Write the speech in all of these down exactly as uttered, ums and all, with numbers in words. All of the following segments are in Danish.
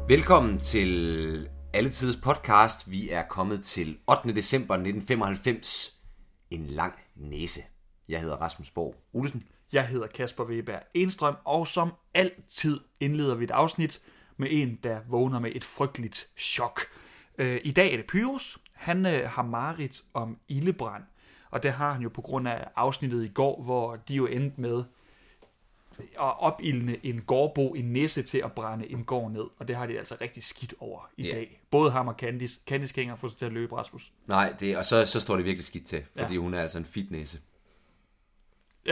Velkommen til Alletiders podcast. Vi er kommet til ottende december nitten femoghalvfems. En lang næse. Jeg hedder Rasmus Borg Olesen. Jeg hedder Kasper Weber Enstrøm, og som altid indleder vi et afsnit med en, der vågner med et frygteligt chok. I dag er det Pyrus. Han har mareridt om ildebrand, og det har han jo på grund af afsnittet i går, hvor de jo endte med at opildne en gårdbo i Næsse til at brænde en gård ned. Og det har de altså rigtig skidt over i yeah. dag. Både ham og Candice. Candice kan ikke få sig til at løbe, Rasmus. Nej, det, og så, så står det virkelig skidt til, fordi ja. Hun er altså en fitnesse. Ja.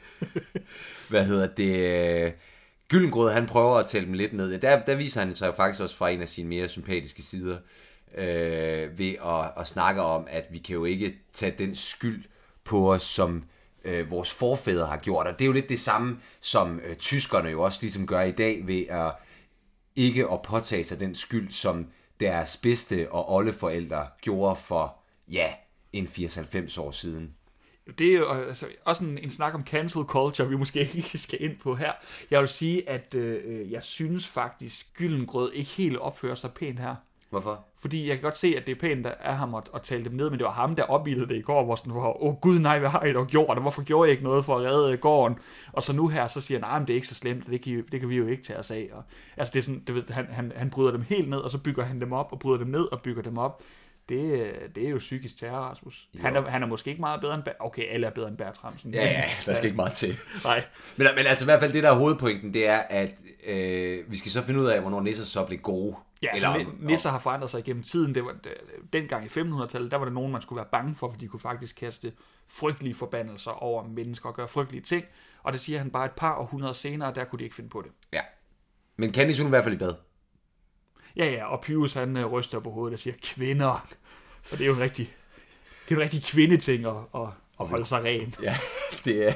Hvad hedder det? Gyllengrød, han prøver at tælle dem lidt ned. Der, der viser han sig jo faktisk også fra en af sine mere sympatiske sider, øh, ved at, at snakke om, at vi kan jo ikke tage den skyld på os, som øh, vores forfædre har gjort. Og det er jo lidt det samme, som øh, tyskerne jo også ligesom gør i dag, ved at ikke at påtage sig den skyld, som deres bedste og oldeforældre gjorde for, ja, en firs til halvfems år siden. Det er jo altså, også en, en snak om cancel culture, vi måske ikke skal ind på her. Jeg vil sige, at øh, jeg synes faktisk, Gyllengrød ikke helt opfører sig pænt her. Hvorfor? Fordi jeg kan godt se, at det er pænt af ham at, at tale dem ned, men det var ham, der opildede det i går, hvor sådan, hvor, åh gud nej, hvad har I dog gjort, og hvorfor gjorde I ikke noget for at redde gården? Og så nu her, så siger han, nej, men det er ikke så slemt, det kan, det kan vi jo ikke tage os af. Og, altså det er sådan, det ved, han, han, han bryder dem helt ned, og så bygger han dem op, og bryder dem ned, og bygger dem op. Det, det er jo psykisk terror, Rasmus. Han er, han er måske ikke meget bedre end... Okay, alle er bedre end Bertramsen. Ja, ja, der skal ikke meget til. Nej. Men, men altså i hvert fald det, der er hovedpointen, det er, at øh, vi skal så finde ud af, hvornår nisser så blev gode. Ja, altså, Eller, nisser har forandret sig gennem tiden. Det var, det, dengang i femtenhundredetallet, der var der nogen, man skulle være bange for, fordi de kunne faktisk kaste frygtelige forbandelser over mennesker og gøre frygtelige ting. Og det siger han bare et par århundreder senere, der kunne de ikke finde på det. Ja. Men Candice, hun er i hvert fald i bad. Ja, ja, og Pyrus, han øh, ryster på hovedet og siger, kvinder. Og det er jo en rigtig, det er en rigtig kvindeting at, at, at holde sig ren. Ja, det er...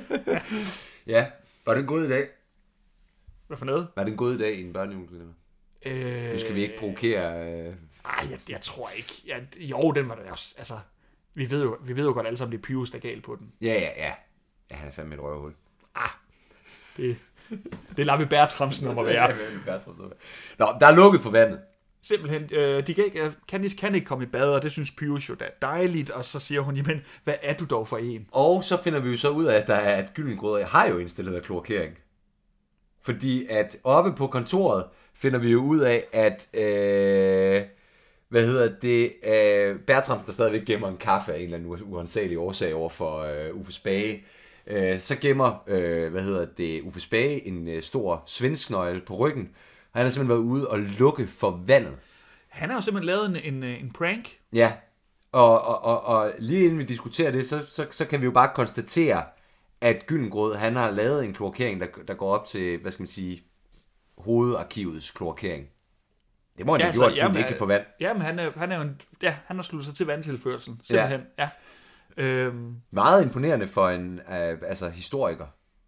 ja, var det en god dag? Hvad for noget? Var det en god dag i en børnejulekalender? Øh... Nu skal vi ikke provokere... Øh... Ej, jeg, jeg tror ikke. Jeg, jo, den var der også... Altså, vi ved jo, vi ved jo godt alle sammen, det er Pyrus, der er galt på den. Ja, ja, ja. Ja, han er fandme et røvhul. Ah, det... Det lader vi Bertramsen om at være. Nå, der er lukket for vandet. Simpelthen, øh, de kan ikke, Candice kan ikke komme i bad, og det synes Pyrus jo da dejligt, og så siger hun, jamen, hvad er du dog for en? Og så finder vi jo så ud af, at der er, at Gyllengrød har jo installet af kloakering. Fordi at oppe på kontoret finder vi jo ud af, at, øh, hvad hedder det, øh, Bertram, der stadigvæk gemmer en kaffe af en eller anden uansagelig årsag over for øh, Uffe Spage. Så gemmer, øh, hvad hedder det, Uffe Spage en øh, stor svensknøgle på ryggen. Han har simpelthen været ude og lukke for vandet. Han har jo simpelthen lavet en, en, en prank. Ja, og, og, og, og lige inden vi diskuterer det, så, så, så kan vi jo bare konstatere, at Gyllengrød, han har lavet en kloakering, der, der går op til, hvad skal man sige, hovedarkivets kloakering. Det må han ja, have gjort, siden det ikke kan få vand. Jamen, han er, han er jo en, ja, han har sluttet sig til vandtilførselen, simpelthen, ja. ja. Øhm, meget imponerende for en øh, altså historiker.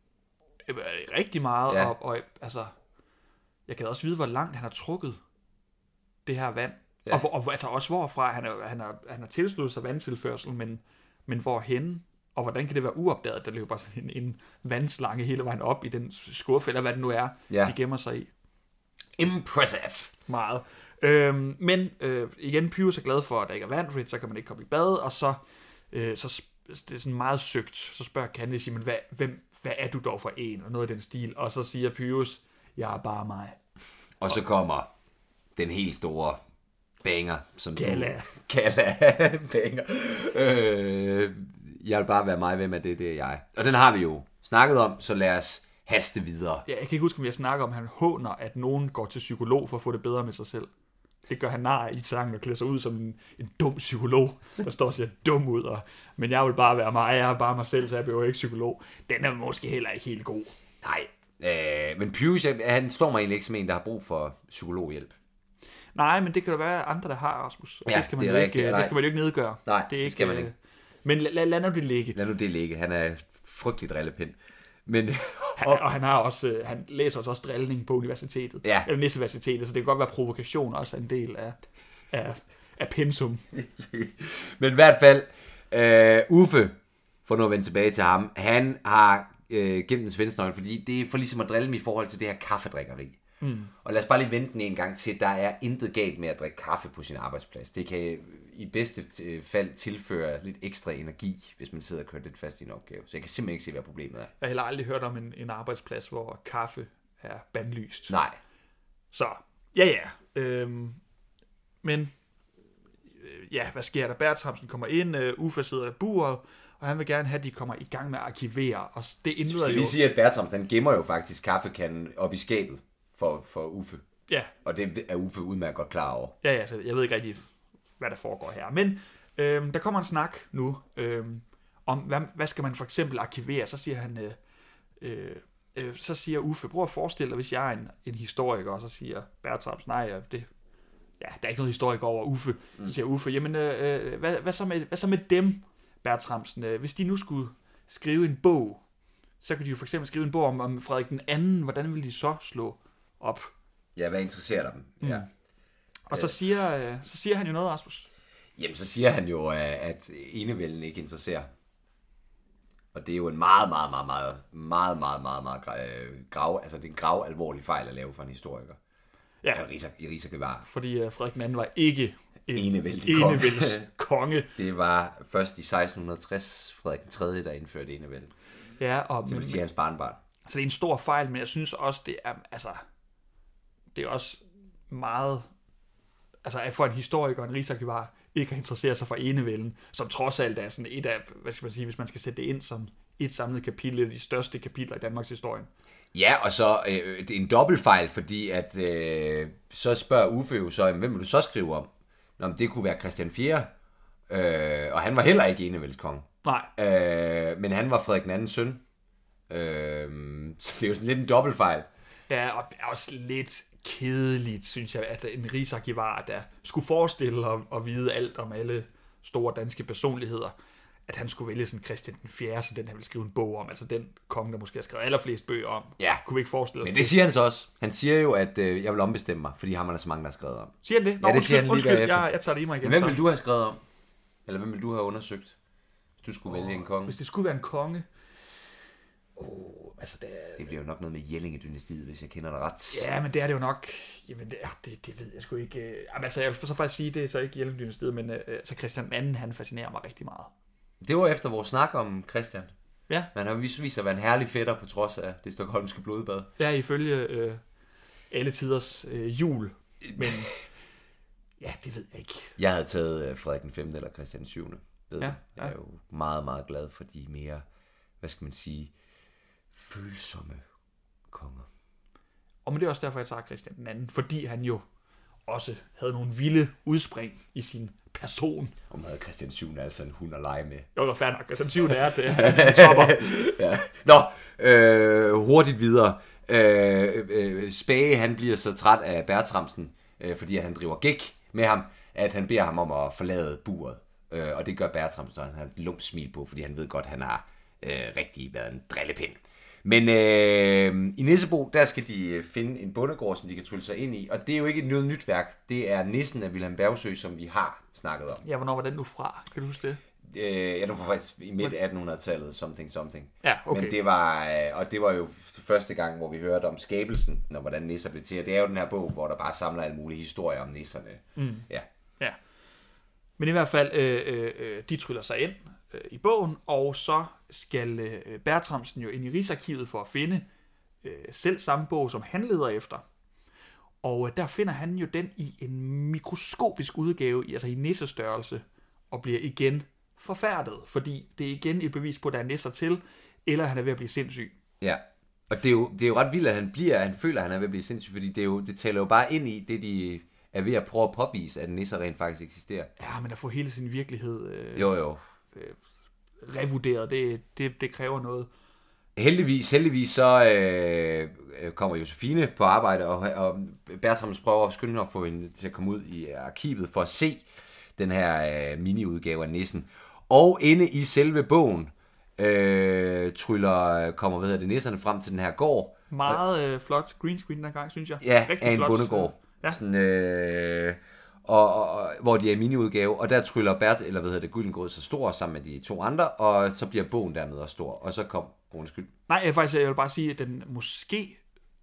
Rigtig meget, ja. og, og altså, jeg kan også vide, hvor langt han har trukket det her vand. Ja. Og, og altså også hvorfra han, er, han, har, han har tilsluttet sig vandtilførsel, men, men hvorhenne, og hvordan kan det være uopdaget, der løber bare sådan en, en vandslange hele vejen op i den skuffe, eller hvad det nu er, ja. De gemmer sig i. Impressive. Meget. Øhm, men øh, igen, Pyrus er glad for, at der ikke er vand, for så kan man ikke komme i bad, og så så det er sådan meget søgt, så spørger Candice, men hvad, hvem, hvad er du dog for en, og noget af den stil, og så siger Pyrus, jeg er bare mig. Og så kommer den helt store banger, som Kalla. du Kalla banger. Øh, jeg vil bare være mig, hvem er det, det er jeg. Og den har vi jo snakket om, så lad os haste videre. Ja, jeg kan ikke huske, om jeg snakker om, at han håner, at nogen går til psykolog for at få det bedre med sig selv. Det gør han nar i sangen og klæder sig ud som en, en dum psykolog, der står og ser dum ud. Og, men jeg vil bare være mig, jeg er bare mig selv, så jeg behøver ikke psykolog. Den er måske heller ikke helt god. Nej, øh, men Pyrus, han slår mig egentlig ikke som en, der har brug for psykologhjælp. Nej, men det kan der være andre, der har, Rasmus. Og ja, det skal man det jo ikke, ikke, det skal man jo ikke nedgøre. Nej, det, er ikke, det skal man ikke. Men lad, lad nu det ligge. Lad nu det ligge. Han er frygtelig drillepind. Men, han, og han har også, han læser også drillning på universitetet, ja. eller Næsseuniversitetet, så det kan godt være provokation også en del af, af, af pensum. Men i hvert fald, øh, Uffe, for nu at vende tilbage til ham, han har øh, gemt en svensknøgle, fordi det er for ligesom at drille dem i forhold til det her kaffedrikkeri. Mm. Og lad os bare lige vente den en gang til. Der er intet galt med at drikke kaffe på sin arbejdsplads. Det kan i bedste fald tilføre lidt ekstra energi, hvis man sidder og kører lidt fast i en opgave. Så jeg kan simpelthen ikke se, hvad problemet er. Jeg har heller aldrig hørt om en, en arbejdsplads, hvor kaffe er bandlyst. Nej. Så, ja ja. Øhm, men, øh, ja, hvad sker der? Bertramsen kommer ind, øh, Uffe sidder i buret, og han vil gerne have, at de kommer i gang med at arkivere. Og det indleder jo... jo... Vi sige, at Bertramsen, den gemmer jo faktisk kaffekanden op i skabet for, for Uffe. Ja. Og det er Uffe udmærket godt klar over. Ja, ja, så jeg ved ikke rigtig, hvad der foregår her. Men øh, der kommer en snak nu, øh, om hvad, hvad skal man for eksempel arkivere. Så siger han... Øh, øh, øh, så siger Uffe, prøv at forestille dig, hvis jeg er en, en historiker, og så siger Bertramsen, nej, det... Ja, der er ikke noget historiker over Uffe. Mm. Så siger Uffe, jamen, øh, hvad, hvad, så med, hvad så med dem, Bertramsen? Hvis de nu skulle skrive en bog, så kan de jo for eksempel skrive en bog om, om Frederik den anden. Hvordan vil de så slå op? Ja, hvad interesserer dem? Mm. Ja. Og så siger, så siger han jo noget, Rasmus. Jamen, så siger han jo, at enevælden ikke interesserer. Og det er jo en meget, meget, meget, meget, meget, meget, meget, meget grav, altså det er en grav alvorlig fejl at lave for en historiker. Ja, i Rigsarkivar. Fordi uh, Frederik den anden var ikke en enevældig konge. enevældes konge. Det var først i seksten tres Frederik den tredje, der indførte enevælde. Ja, og det vil sige hans barnbarn. Så det er en stor fejl, men jeg synes også, det er, altså, det er også meget, altså for en historiker og en rigsarkivar ikke at interessere sig for enevælden, som trods alt er sådan et af, hvad skal man sige, hvis man skal sætte det ind som et samlet kapitel, af de største kapitler i Danmarks historie. Ja, og så øh, det er en dobbeltfejl, fordi at øh, så spørger Uffe jo så, hvem vil du så skrive om? Nå, men det kunne være Christian fjerde, øh, og han var heller ikke enevældskong. Nej. Øh, men han var Frederik den andens søn. Øh, så det er jo sådan lidt en dobbeltfejl. Ja, og det er også lidt kedeligt, synes jeg, at en rigsarkivar, der skulle forestille og, og vide alt om alle store danske personligheder, at han skulle vælge sådan Christian den fjerde, som den han ville skrive en bog om, altså den konge, der måske har skrevet allerflest bøger om. Ja. Kunne vi ikke forestille os. Men det siger han så også. Han siger jo, at øh, jeg vil ombestemme mig, fordi ham er der så mange, der har skrevet om. Siger han det? Nå, ja, det undskyld, siger han lige undskyld, derefter. jeg, jeg tager det i mig igen. Men hvem så. vil du have skrevet om? Eller hvem vil du have undersøgt, hvis du skulle oh, vælge en konge? Hvis det skulle være en konge? Oh, altså det, er... det bliver jo nok noget med Jellinge-dynastiet, hvis jeg kender det ret. Ja, men det er det jo nok. Jamen, det, det, det ved jeg sgu ikke. Jamen, altså, jeg vil så faktisk sige, det er så ikke Jellinge-dynastiet, men uh, så Christian den anden, han fascinerer mig rigtig meget. Det var efter vores snak om Christian. Ja. Man har vist sig at være en herlig fætter på trods af det stokholmske blodbad. Ja, ifølge øh, alle tiders øh, jul. Men ja, det ved jeg ikke. Jeg havde taget øh, Frederik den femte eller Christian den syvende. Ved ja, ja. Jeg er jo meget, meget glad for de mere, hvad skal man sige, følsomme konger. Og men det er også derfor, jeg tager Christian den anden. Fordi han jo også havde nogle vilde udspring i sin person. Og havde Christian den syvende altså en hund at lege med. Jo, det var fair nok. Christian den syvende er det. Topper. Ja. Nå, øh, hurtigt videre. Øh, øh, Spage, han bliver så træt af Bertramsen, øh, fordi at han driver gæk med ham, at han beder ham om at forlade buret. Øh, og det gør Bertramsen, så han har et lumt smil på, fordi han ved godt, at han har øh, rigtig været en drillepind. Men øh, i Nissebo, der skal de finde en bondegård, som de kan trylle sig ind i. Og det er jo ikke et noget nyt værk. Det er Nissen af Vilhelm Bergsøe, som vi har snakket om. Ja, hvornår var den nu fra? Kan du huske det? Øh, ja, den var faktisk i midt attenhundredetallet, something, something. Ja, okay. Men det var, og det var jo første gang, hvor vi hørte om skabelsen, når hvordan nisser blev til. Og det er jo den her bog, hvor der bare samler alle mulige historier om nisserne. Mm. Ja. Ja. Men i hvert fald, øh, øh, de tryller sig ind øh, i bogen, og så skal øh, Bertramsen jo ind i Rigsarkivet for at finde øh, selv samme bog, som han leder efter. Og øh, der finder han jo den i en mikroskopisk udgave, altså i nissestørrelse, og bliver igen forfærdet, fordi det er igen et bevis på, at der er nisser til, eller han er ved at blive sindssyg. Ja, og det er jo, det er jo ret vildt, at han bliver, han føler, at han er ved at blive sindssyg, fordi det, er jo, det taler jo bare ind i det, de er ved at prøve at påvise, at nisser rent faktisk eksisterer. Ja, men at få hele sin virkelighed øh, jo, jo. Øh, revurderet, det, det, det kræver noget. Heldigvis, heldigvis så øh, kommer Josefine på arbejde, og, og Bertrams prøver at skynde at få hende til at komme ud i arkivet for at se den her øh, mini-udgave af nissen. Og inde i selve bogen øh, tryller, kommer hvad hedder det, nisserne frem til den her gård. Meget øh, flot green screen dengang, synes jeg. Ja, rigtig af en flot bondegård. Ja. Sådan, øh, og, og, og, hvor de er i mini-udgave, og der tryller Bert, eller hvad hedder det, Gyldengrød så stor sammen med de to andre, og så bliver bogen dernede og stor, og så kom, undskyld. Nej, jeg, faktisk, jeg vil bare sige, at den måske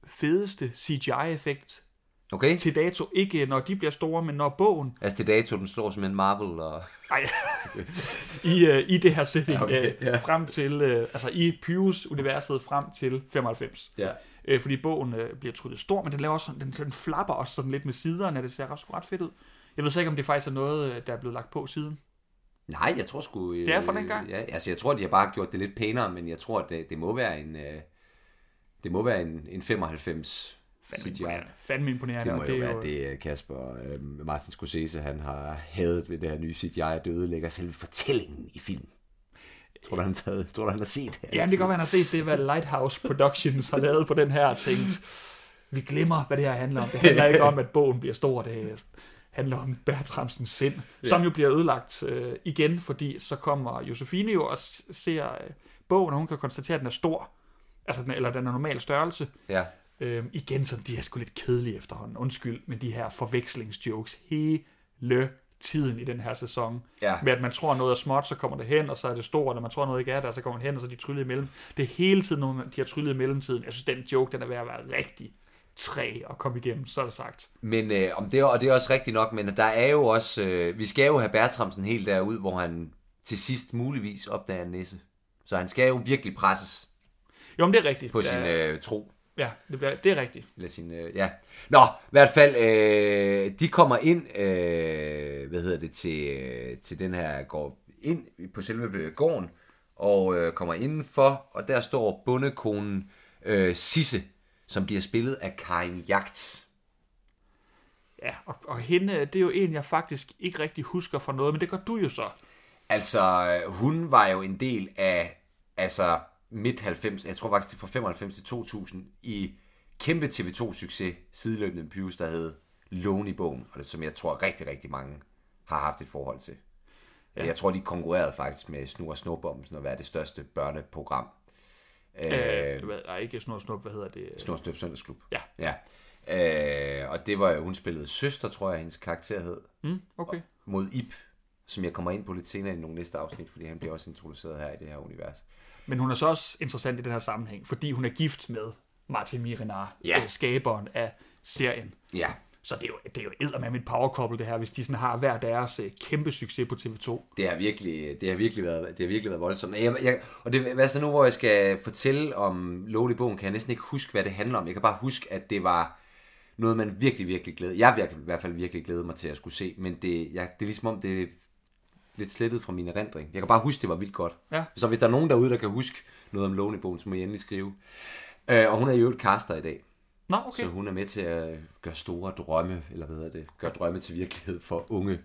fedeste C G I-effekt Okay. til dato. Ikke når de bliver store, men når bogen... Altså til dato, den slår simpelthen Marvel og... Ej, i, uh, i det her setting, Okay, okay, ja. uh, frem til... Uh, altså i Pyrus-universet frem til femoghalvfems. Ja. Uh, fordi bogen uh, bliver tryllet stor, men den, laver også, den, den flapper også sådan lidt med siderne, det ser ret, sgu ret fedt ud. Jeg ved så ikke, om det faktisk er noget, der er blevet lagt på siden. Nej, jeg tror sgu... Øh, Det er fra den gang? Ja, altså jeg tror, de har bare gjort det lidt pænere, men jeg tror, at det, det må være en... Øh, det må være en, en femoghalvfems Fandme C G I. imponerende. Fandme imponerende. Det må og jo er være det, Kasper øh, Martin Scorsese, han har hadet ved det her nye C G I, at det ødelægger selve fortællingen i film. Tror du, han har, taget, tror du, han har set det? Ja, det kan godt være, han har set det, hvad Lighthouse Productions har lavet på den her og tænkt, vi glemmer, hvad det her handler om. Det handler ikke om, at bogen bliver stor. Det handler om Bertramsens sind, ja. Som jo bliver ødelagt øh, igen, fordi så kommer Josefine jo og ser øh, bogen, og hun kan konstatere, at den er stor, altså den, eller den er normal størrelse. Ja. Øhm, igen, så de er sgu lidt kedelige efterhånden. Undskyld, men de her forvekslingsjokes hele tiden i den her sæson. Ja. Med at man tror noget er småt, så kommer det hen, og så er det stort, og når man tror noget ikke er der, så kommer det hen, og så er de tryllet imellem. Det er hele tiden, når de har tryllet i mellemtiden. Jeg synes, den joke, den er ved at være rigtig træ at komme igennem, så er det sagt. Men øh, om det, og det er også rigtigt nok, men der er jo også, øh, vi skal jo have Bertramsen helt derud, hvor han til sidst muligvis opdager en nisse. Så han skal jo virkelig presses. Jo, men det er rigtigt. På det sin er, øh, tro. Ja, det, bliver, det er rigtigt. Eller sin, øh, ja. Nå, i hvert fald, øh, de kommer ind, øh, hvad hedder det, til, øh, til den her, går ind på selve gården, og øh, kommer indenfor, og der står bondekonen øh, Sisse, som bliver spillet af Karin Jagts. Ja, og, og hende, det er jo en, jeg faktisk ikke rigtig husker fra noget, men det gør du jo så. Altså, hun var jo en del af, altså, midt halvfems, jeg tror faktisk det er fra femoghalvfems til to tusind, i kæmpe T V to-succes, sideløbende Pyrus, der hed Loney-bogen, og det, som jeg tror rigtig, rigtig mange har haft et forhold til. Ja. Jeg tror, de konkurrerede faktisk med Snor og Snupbomsen og være det største børneprogram. Øh, øh, nej, ikke Snor og Snup, hvad hedder det? Snor og Snup Søndagsklub. Ja. Ja. Øh, og det var jo, hun spillede søster, tror jeg, hendes karakter hed. Mm, okay. Mod Ib, som jeg kommer ind på lidt senere i nogle næste afsnit, fordi han bliver også introduceret her i det her univers. Men hun er så også interessant i den her sammenhæng, fordi hun er gift med Martin Miehe-Renard, ja. skaberen af serien. Ja. Så det er jo, det er jo eddermame et power-couple, det her, hvis de sådan har hver deres kæmpe succes på T V to. Det har virkelig, det har virkelig været, det har virkelig været voldsomt. Jeg, jeg, og det hvad så nu, hvor jeg skal fortælle om Loney-bogen, kan jeg næsten ikke huske, hvad det handler om. Jeg kan bare huske, at det var noget, man virkelig, virkelig glæder. Jeg virkelig, i hvert fald virkelig glæde mig til at skulle se, men det, jeg, det er ligesom om, det er lidt slettet fra min erindring. Jeg kan bare huske, det var vildt godt. Ja. Så hvis der er nogen derude, der kan huske noget om Loney-bogen, så må I endelig skrive. Øh, og hun er jo et caster i dag. Nå, okay. Så hun er med til at gøre store drømme, eller hvad hedder det, gøre drømme til virkelighed for unge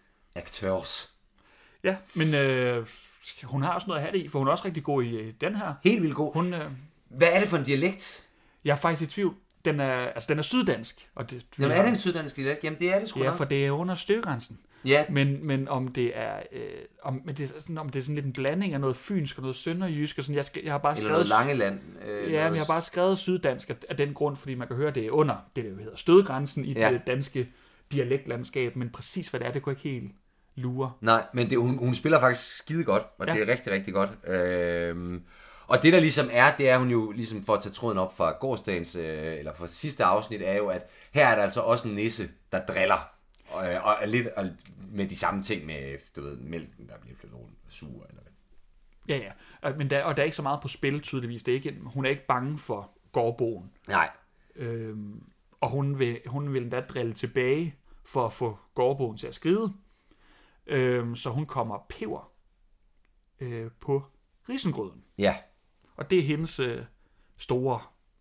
aktørs. Ja, men øh, hun har også noget at have det i, for hun er også rigtig god i øh, den her. Helt vildt god. Hun, øh, Hvad er det for en dialekt? jeg er faktisk i tvivl. Den er, altså, den er syddansk. Og det, Jamen er det en syddansk dialekt? Jamen det er det sgu Ja, nok. for det er under støgrænsen. Ja. Men, men om det er øh, om, men det er sådan, om det er sådan lidt en blanding af noget fynsk og noget sønderjysk og sådan, jeg, skal, jeg har bare Eller skrevet noget Langeland. Øh, ja, noget... men jeg har bare skrevet syddansk af, af den grund, fordi man kan høre det er under det der jo hedder stødgrænsen i ja. det danske dialektlandskab, men præcis hvad det er, det kunne jeg ikke helt lure. Nej, men det, hun, hun spiller faktisk skide godt, og ja. Det er rigtig, rigtig godt. Øhm, og det der ligesom er, det er hun jo ligesom for at tage tråden op fra gårdsdagens, øh, eller fra sidste afsnit, er jo, at her er der altså også en nisse, der driller. Og, og, og lidt og med de samme ting med, du ved, mælken, der bliver flyttet rundt og suger, eller hvad. Ja, ja. Men der, og der er ikke så meget på spil, tydeligvis. Det er ikke, hun er ikke bange for gårdbogen. Nej. Øhm, og hun vil, hun vil endda drille tilbage for at få gårdbogen til at skride. Øhm, så hun kommer peber øh, på risengrøden. Ja. Og det er hendes øh, store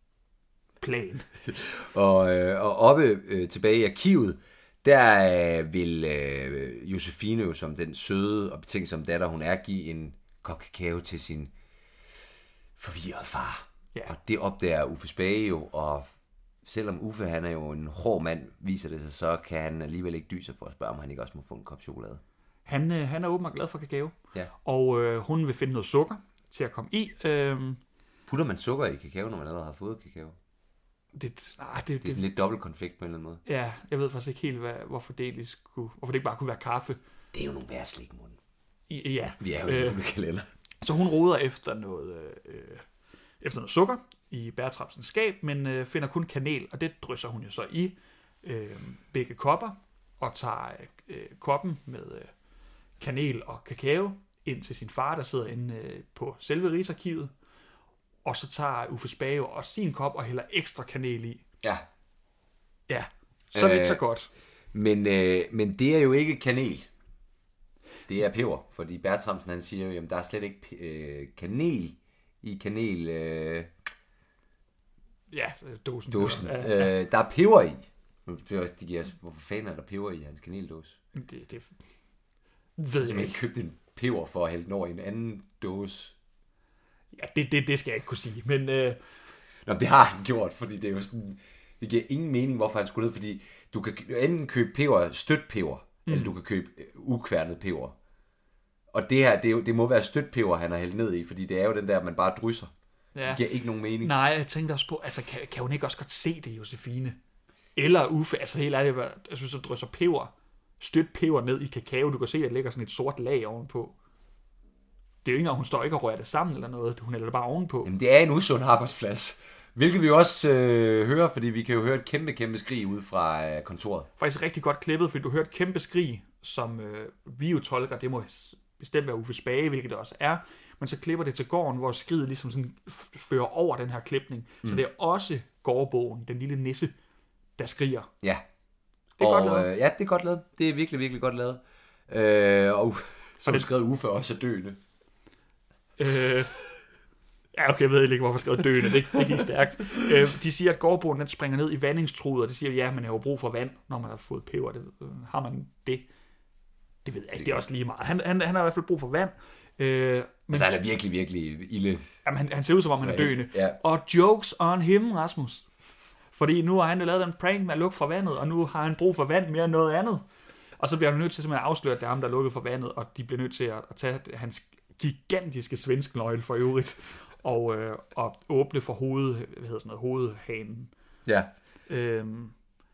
plan. og, øh, og oppe øh, tilbage i arkivet, der øh, vil øh, Josefine jo som den søde og betænksomme datter, hun er, give en kop kakao til sin forvirrede far. Ja. Og det opdager Uffe Spage jo, og selvom Uffe han er jo en hård mand, viser det sig, så kan han alligevel ikke dyse for at spørge, om han ikke også må få en kop chokolade. Han, øh, han er åbenbart glad for kakao, ja. og øh, hun vil finde noget sukker til at komme i. Øh, Putter man sukker i kakao, når man allerede har fået kakao? Det, nej, det, det er sådan lidt dobbelt konflikt på en eller anden måde. Ja, jeg ved faktisk ikke helt, hvad, hvorfor, det egentlig skulle, hvorfor det ikke bare kunne være kaffe. Det er jo nogle værre slikmunden. Ja. Vi er jo i øh, en kalender. Så hun roder efter noget, øh, efter noget sukker i Bertramsens skab, men øh, finder kun kanel, og det drysser hun jo så i øh, begge kopper, og tager øh, koppen med øh, kanel og kakao ind til sin far, der sidder inde øh, på selve Rigsarkivet, og så tager Uffe Spage og sin kop og hælder ekstra kanel i. Ja. Ja, så vidt øh, så godt. Men, øh, men det er jo ikke kanel. Det er peber, fordi Bertramsen han siger jo, at der er slet ikke øh, kanel i kanel... Øh, ja, dosen. Dosen. Ja, ja. Øh, der er peber i. De giver, hvorfor fanden er der peber i hans kaneldåse? Det, det ved jeg ikke. købte en peber for at hælde den over i en anden dåse. Ja, det, det, det skal jeg ikke kunne sige, men... Øh... Nå, det har han gjort, fordi det er jo sådan... Det giver ingen mening, hvorfor han skulle ned, fordi du kan enten købe peber, stødt peber, mm. eller du kan købe ukværnet peber. Og det her, det, er jo, det må være stødt peber, han har hældt ned i, fordi det er jo den der, man bare drysser. Ja. Det giver ikke nogen mening. Nej, jeg tænkte også på, altså kan, kan hun ikke også godt se det, Josefine? Eller Uffe, altså helt ærligt, jeg synes, så drysser peber, stødt peber ned i kakao, du kan se, at der ligger sådan et sort lag ovenpå. Det er jo ikke engang, hun står ikke og rører det sammen eller noget, hun hælder det bare ovenpå. Jamen, det er en usund arbejdsplads. Hvilket vi også øh, hører, fordi vi kan jo høre et kæmpe, kæmpe skrig ud fra øh, kontoret. Faktisk rigtig godt klippet, fordi du hører et kæmpe skrig, som øh, vi jo tolker, det må bestemt være Uffe Spage, hvilket det også er. Men så klipper det til gården, hvor skriget ligesom sådan fører over den her klipning. Mm. Så det er også gårdbogen, den lille nisse, der skriger. Ja. Det er og, godt lavet. Øh, ja, det er godt lavet. Det er virkelig, virkelig godt lavet. Øh, og så har du skrevet Uffe også er døende. Øh... Ja, okay, jeg ved ikke, hvorfor jeg skrev døende. Det, det gik stærkt. Øh, de siger, at gårdbogen den springer ned i vandingstruder. Det siger, ja, man har jo brug for vand, når man har fået peber. Det, øh, har man det? Det ved jeg ikke. Det er også lige meget. Han, han, han har i hvert fald brug for vand. Øh, men, altså, han er virkelig, virkelig ilde. Jamen, han, han ser ud, som om han er døende. Ja. Og jokes on him, Rasmus. Fordi nu har han lavet en prank med at lukke for vandet, og nu har han brug for vand mere end noget andet. Og så bliver han nødt til simpelthen at afsløre, at det er ham, der er lukket for vandet, og de bliver nødt til at, at tage hans gigantiske svensk nøgle for øvrigt. Og, øh, og åbne for hoved, hvad hedder sådan noget, hovedhanen. Ja. Øhm,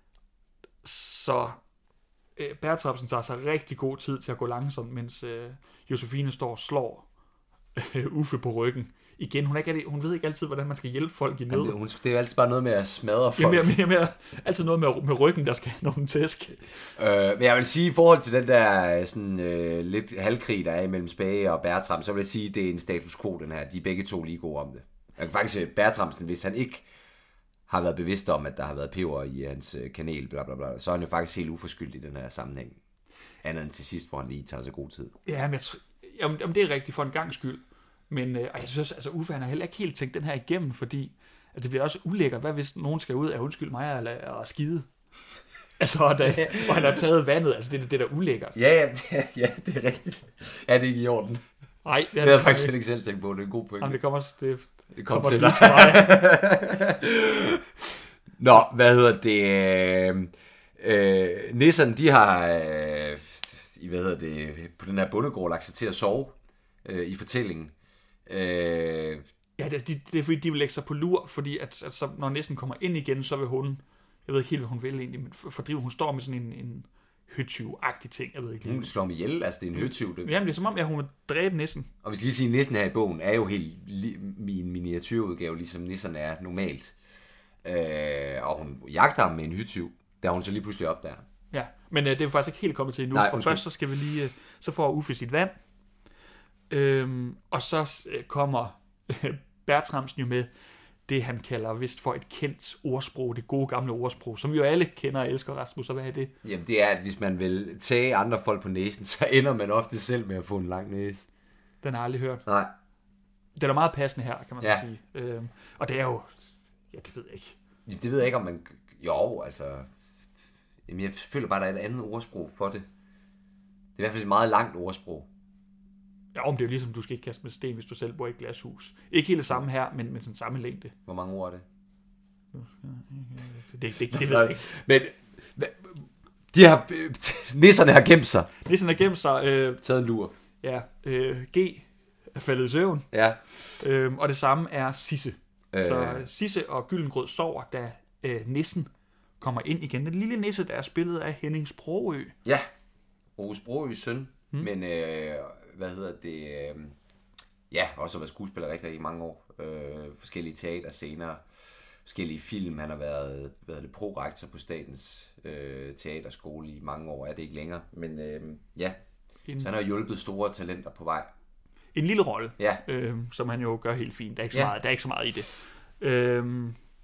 så øh, Bertramsen tager sig rigtig god tid til at gå langsomt, mens øh, Josefine står og slår øh, Uffe på ryggen. Igen, hun, er ikke, hun ved ikke altid, hvordan man skal hjælpe folk i nød. Jamen, det, det er jo altid bare noget med at smadre folk. Jamen, jamen, jamen, altid noget med, med ryggen, der skal have nogle tæsk. Øh, men jeg vil sige, i forhold til den der sådan, øh, lidt halvkrig, der er imellem Spage og Bertram, så vil jeg sige, at det er en status quo, den her. De er begge to lige gode om det. Jeg kan faktisk sige, Bertramsen, hvis han ikke har været bevidst om, at der har været peber i hans kanel, bla bla bla, så er han jo faktisk helt uforskyldt i den her sammenhæng. Andet end til sidst, hvor han lige tager sig god tid. Ja, men jeg tror, jamen, jamen, det er rigtigt for en gang skyld. Men øh, og jeg synes, altså Uffe, han har heller ikke helt tænkt den her igennem, fordi altså, det bliver også ulækkert. Hvad hvis nogen skal ud af undskyld mig eller og skide? Altså, da, og han har taget vandet, altså det, det er da ulækkert. Ja, ja, det, ja, det er rigtigt. Ja, det er ikke i orden. Nej, det havde jeg faktisk ikke selv tænkt på. Det er en god pointe. Jamen, det kommer, det, det kommer kommer til dig. til mig. Nå, hvad hedder det? Øh, Nisserne, de har øh, hvad hedder det, på den her bondegård lagt sig til at sove øh, i fortællingen. Øh, ja, det, det, det er fordi, de vil lægge sig på lur, fordi at, at så, når næsten kommer ind igen, så vil hun, jeg ved ikke helt, hvad hun vil egentlig, men fordrive, hun står med sådan en, en høtyv-agtig ting, jeg ved ikke. Hun slår mig ihjel, altså det er en høtyv. Det... Jamen, det er som om, at hun vil dræbe nissen. Og vi skal lige sige, at nissen her i bogen er jo helt li- min miniatyrudgave, ligesom nisserne er normalt. Øh, og hun jagter ham med en høtyv, da hun så lige pludselig op der. Ja, men øh, det er faktisk ikke helt kommet til endnu, Nej, for først så skal vi lige, øh, så får Uffe sit vand, øhm, og så øh, kommer øh, Bertramsen jo med det, han kalder vist for et kendt ordsprog, det gode gamle ordsprog, som vi jo alle kender og elsker, Rasmus, og hvad er det? Jamen det er, at hvis man vil tage andre folk på næsen, så ender man ofte selv med at få en lang næse. Den har jeg aldrig hørt. Nej. Den er meget passende her, kan man ja. så sige. Øhm, og det er jo, ja, det ved jeg ikke. Jamen, det ved jeg ikke, om man, jo, altså, jamen jeg føler bare, at der er et andet ordsprog for det. Det er i hvert fald et meget langt ordsprog. Ja, om det er jo ligesom, du skal ikke kaste med sten, hvis du selv bor i et glashus. Ikke helt det samme her, men med sådan samme længde. Hvor mange ord er det? Det, det, det, det ved jeg ikke. Men de har, nisserne har gemt sig. Nisserne har gemt sig. Øh, Taget en lur. Ja, øh, G er faldet i søvn. Ja. Øh, og det samme er Sisse. Øh. Så Øh. Sisse og Gyldengrød sover, da øh, nissen kommer ind igen. Den lille nisse, der er spillet af Henning Sprogø. Ja, Ove Sprogøs søn. Hmm. Men, øh, hvad hedder det... Øh, ja, også været skuespiller rigtig, rigtig mange år. Øh, forskellige teaterscener, forskellige film. Han har været, været det prorektor på Statens øh, Teaterskole i mange år, er det ikke længere. Men øh, ja, en, så han har hjulpet store talenter på vej. En lille rolle, ja. øh, som han jo gør helt fint. Der er ikke så, ja. meget, der er ikke så meget i det. Øh,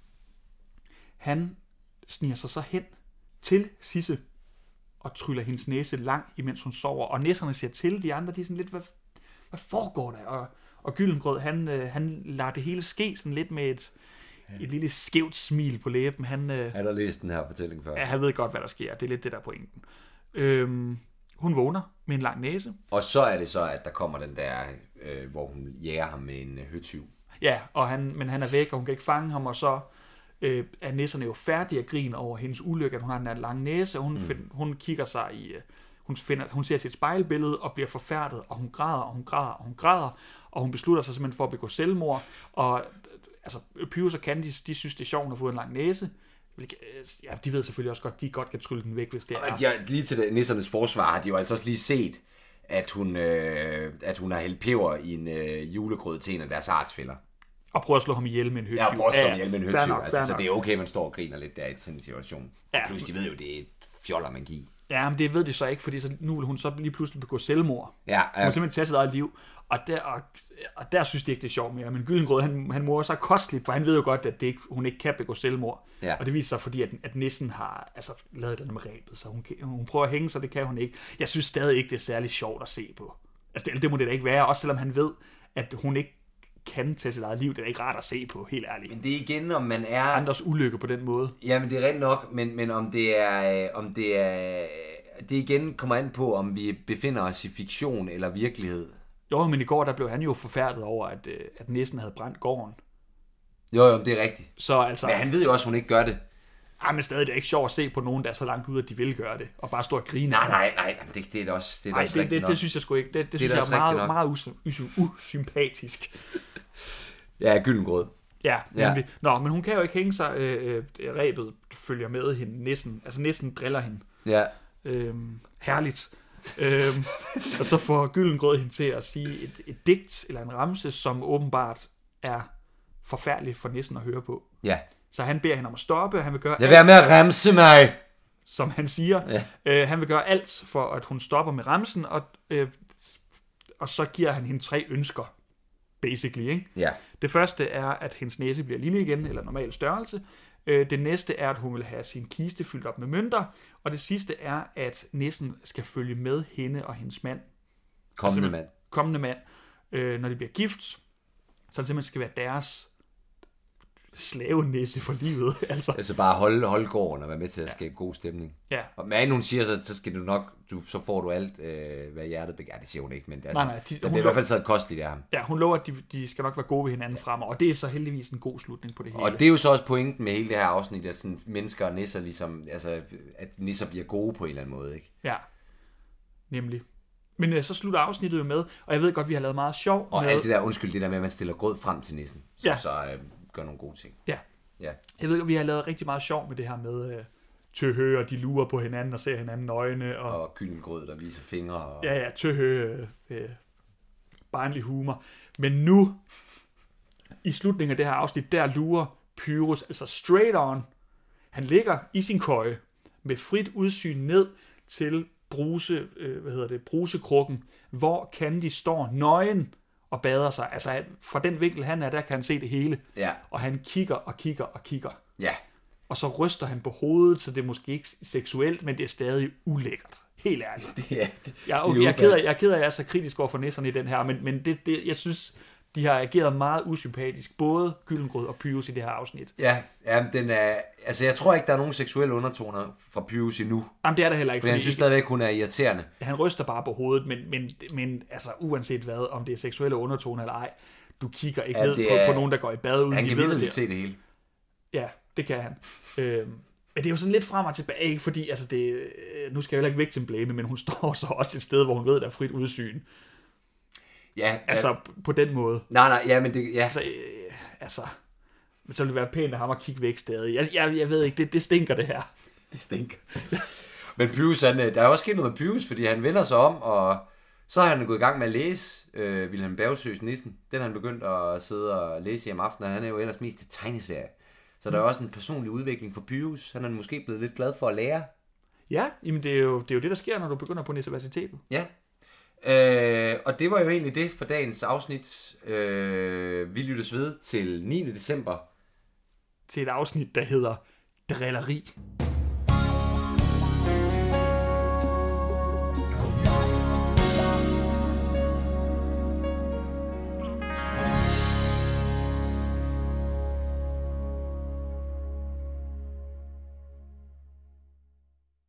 han sniger sig så hen til Sisse og tryller hendes næse lang, imens hun sover. Og næserne siger til, de andre, de er sådan lidt, hvad, hvad foregår der? Og, og Gyllengrød, han, øh, han lader det hele ske sådan lidt med et, ja. et lille skævt smil på læben. Han, øh, han har læst den her fortælling før. Ja, han ved godt, hvad der sker. Det er lidt det, der er pointen. Øhm, hun vågner med en lang næse. Og så er det så, at der kommer den der, øh, hvor hun jager ham med en øh, høtyv. Ja, og han, men han er væk, og hun kan ikke fange ham, og så øh, er næserne jo færdige at grine over hendes ulykke, at hun har den der lange næse, og hun, mm. find, hun kigger sig i... Øh, hun, finder, hun ser sit spejlbillede og bliver forfærdet, og hun græder, og hun græder, og hun græder, og hun beslutter sig simpelthen for at begå selvmord, og altså, Pyrus og Candice, de synes, det er sjovt at få en lang næse. Ja, de ved selvfølgelig også godt, de godt kan trylle den væk, hvis det er. Ja, lige til det, nissernes forsvar har de jo altså også lige set, at hun, øh, at hun har hældt peber i en øh, julegrød til en af deres artsfæller. Og prøver at slå ham ihjel med en høtyv. Ja, og prøver at slå ham ihjel med en høtyv. Nok, altså, så det er okay, man står og griner lidt der i sådan en situation. Ja. Og plus, de ved jo, det er et fjoller magi. Ja, men det ved de så ikke, fordi så, nu vil hun så lige pludselig begå selvmord. Ja, hun vil simpelthen tage sit eget liv. Og der, og, og der synes de ikke, det er sjovt mere. Men Gyllengrød, han, han morer sig kosteligt, for han ved jo godt, at det ikke, hun ikke kan begå selvmord. Ja. Og det viser sig, fordi at, at nissen har altså, lavet det med rebet, så hun, hun prøver at hænge, så det kan hun ikke. Jeg synes stadig ikke, det er særlig sjovt at se på. Altså, det, det må det da ikke være, også selvom han ved, at hun ikke kan tage sit eget liv. Det er ikke rart at se på, helt ærligt. Men det er igen, om man er... Andres ulykke på den måde. Ja, men det er rent nok, men, men om det er... Om det er... Det igen kommer an på, om vi befinder os i fiktion eller virkelighed. Jo, men i går, der blev han jo forfærdet over, at, at nissen havde brændt gården. Jo, jo, det er rigtigt. Så altså... Men han ved jo også, at hun ikke gør det. Ej, men stadig det er ikke sjovt at se på nogen, der er så langt ude, at de vil gøre det, og bare stå og grine. Nej, nej, nej, det, det er da også, det er Ej, også det, rigtigt det, nok. det synes jeg sgu ikke. Det, det, det synes det jeg er meget, meget us, us, usympatisk. Ja, Gyllengrød. Ja, nemlig. Ja. Nå, men hun kan jo ikke hænge sig. Øh, rebet følger med hende næsten. Altså næsten driller hende. Ja. Øhm, herligt. øhm, og så får Gyllengrød hende til at sige et, et digt eller en ramse, som åbenbart er forfærdeligt for nissen at høre på. Ja. Så han beder hende om at stoppe, og han vil gøre Lad være med at ramse mig! Som han siger. Ja. Øh, han vil gøre alt for, at hun stopper med ramsen, og, øh, og så giver han hende tre ønsker, basically. Ikke? Ja. Det første er, at hendes næse bliver lille igen, eller normal størrelse. Øh, det næste er, at hun vil have sin kiste fyldt op med mønter. Og det sidste er, at nissen skal følge med hende og hendes mand. Kommende altså, mand. Kommende mand. Øh, når de bliver gift, så det simpelthen skal være deres slavenæse for livet. altså. altså bare holde, holde gården og være med til at skabe ja. god stemning. Ja. Og med hun siger, så, så skal du nok, du, så får du alt, øh, hvad hjertet begærer. Det siger hun ikke, men det er, nej, nej, de, det er i hvert fald så kosteligt af ham. Ja, hun lover, at de, de skal nok være gode ved hinanden fremover, og det er så heldigvis en god slutning på det hele. Og det er jo så også pointen med hele det her afsnit, at sådan mennesker og nisser ligesom, altså, at nisser bliver gode på en eller anden måde, ikke? Ja, nemlig. Men øh, så slutter afsnittet jo med, og jeg ved godt, vi har lavet meget sjov. Og med... alt det der, undskyld, det der med, at man stiller grød frem til nissen, som ja. så øh, gør nogle gode ting. Ja. Ja. Jeg ved godt, vi har lavet rigtig meget sjov med det her med øh, tøhø, og de lurer på hinanden og ser hinanden øjne. Og, og Gyllengrød, der viser fingre. Og... Ja, ja, tøhø, øh, øh, barnlig humor. Men nu, i slutningen af det her afsnit, der lurer Pyrus, altså straight on. Han ligger i sin køje med frit udsyn ned til bruse, øh, hvad hedder det, brusekrukken, hvor Candice står nøgen og bader sig. Altså fra den vinkel, han er, der kan han se det hele. Ja. Og han kigger og kigger og kigger. Ja. Og så ryster han på hovedet, så det er måske ikke seksuelt, men det er stadig ulækkert. Helt ærligt. Det er, det, jeg, okay, jeg, er ked af, jeg er ked af, at jeg er så kritisk over for nisserne i den her, men, men det, det, jeg synes, de har ageret meget usympatisk, både Gyllengrød og Pyrus i det her afsnit. Ja, ja, den er, altså jeg tror ikke, der er nogen seksuelle undertoner fra Pyrus endnu. Jamen det er der heller ikke. Men jeg synes stadigvæk, hun er irriterende. Han ryster bare på hovedet, men, men, men altså uanset hvad, om det er seksuelle undertoner eller ej, du kigger ikke ja, ned på, på nogen, der går i bad, uden han de kan ved det. Han se det hele. Ja, det kan han. øhm, men det er jo sådan lidt frem og tilbage, ikke? Fordi altså det, nu skal jeg heller ikke væk til blame, men hun står så også et sted, hvor hun ved, der er frit udsyn. Ja. Altså ja. på den måde. Nej, nej, ja, men det, ja. Altså, øh, altså så ville det være pænt af ham at kigge væk stadig. Jeg, jeg, jeg ved ikke, det, det stinker det her. Det stinker. Men Pyrus, han, der er også sket noget med Pyrus, fordi han vender sig om, og Så har han gået i gang med at læse øh, Vilhelm Bergsøes Nissen. Den har han begyndt at sidde og læse i om aftenen, og han er jo ellers mest til tegneserier. Så der er også en personlig udvikling for Pyrus. Han er måske blevet lidt glad for at lære. Ja, jamen det er jo det, er jo det der sker, når du begynder på universitetet. Ja, øh, og det var jo egentlig det for dagens afsnit. Øh, vi lyttes ved til niende december. Til et afsnit, der hedder Drilleri.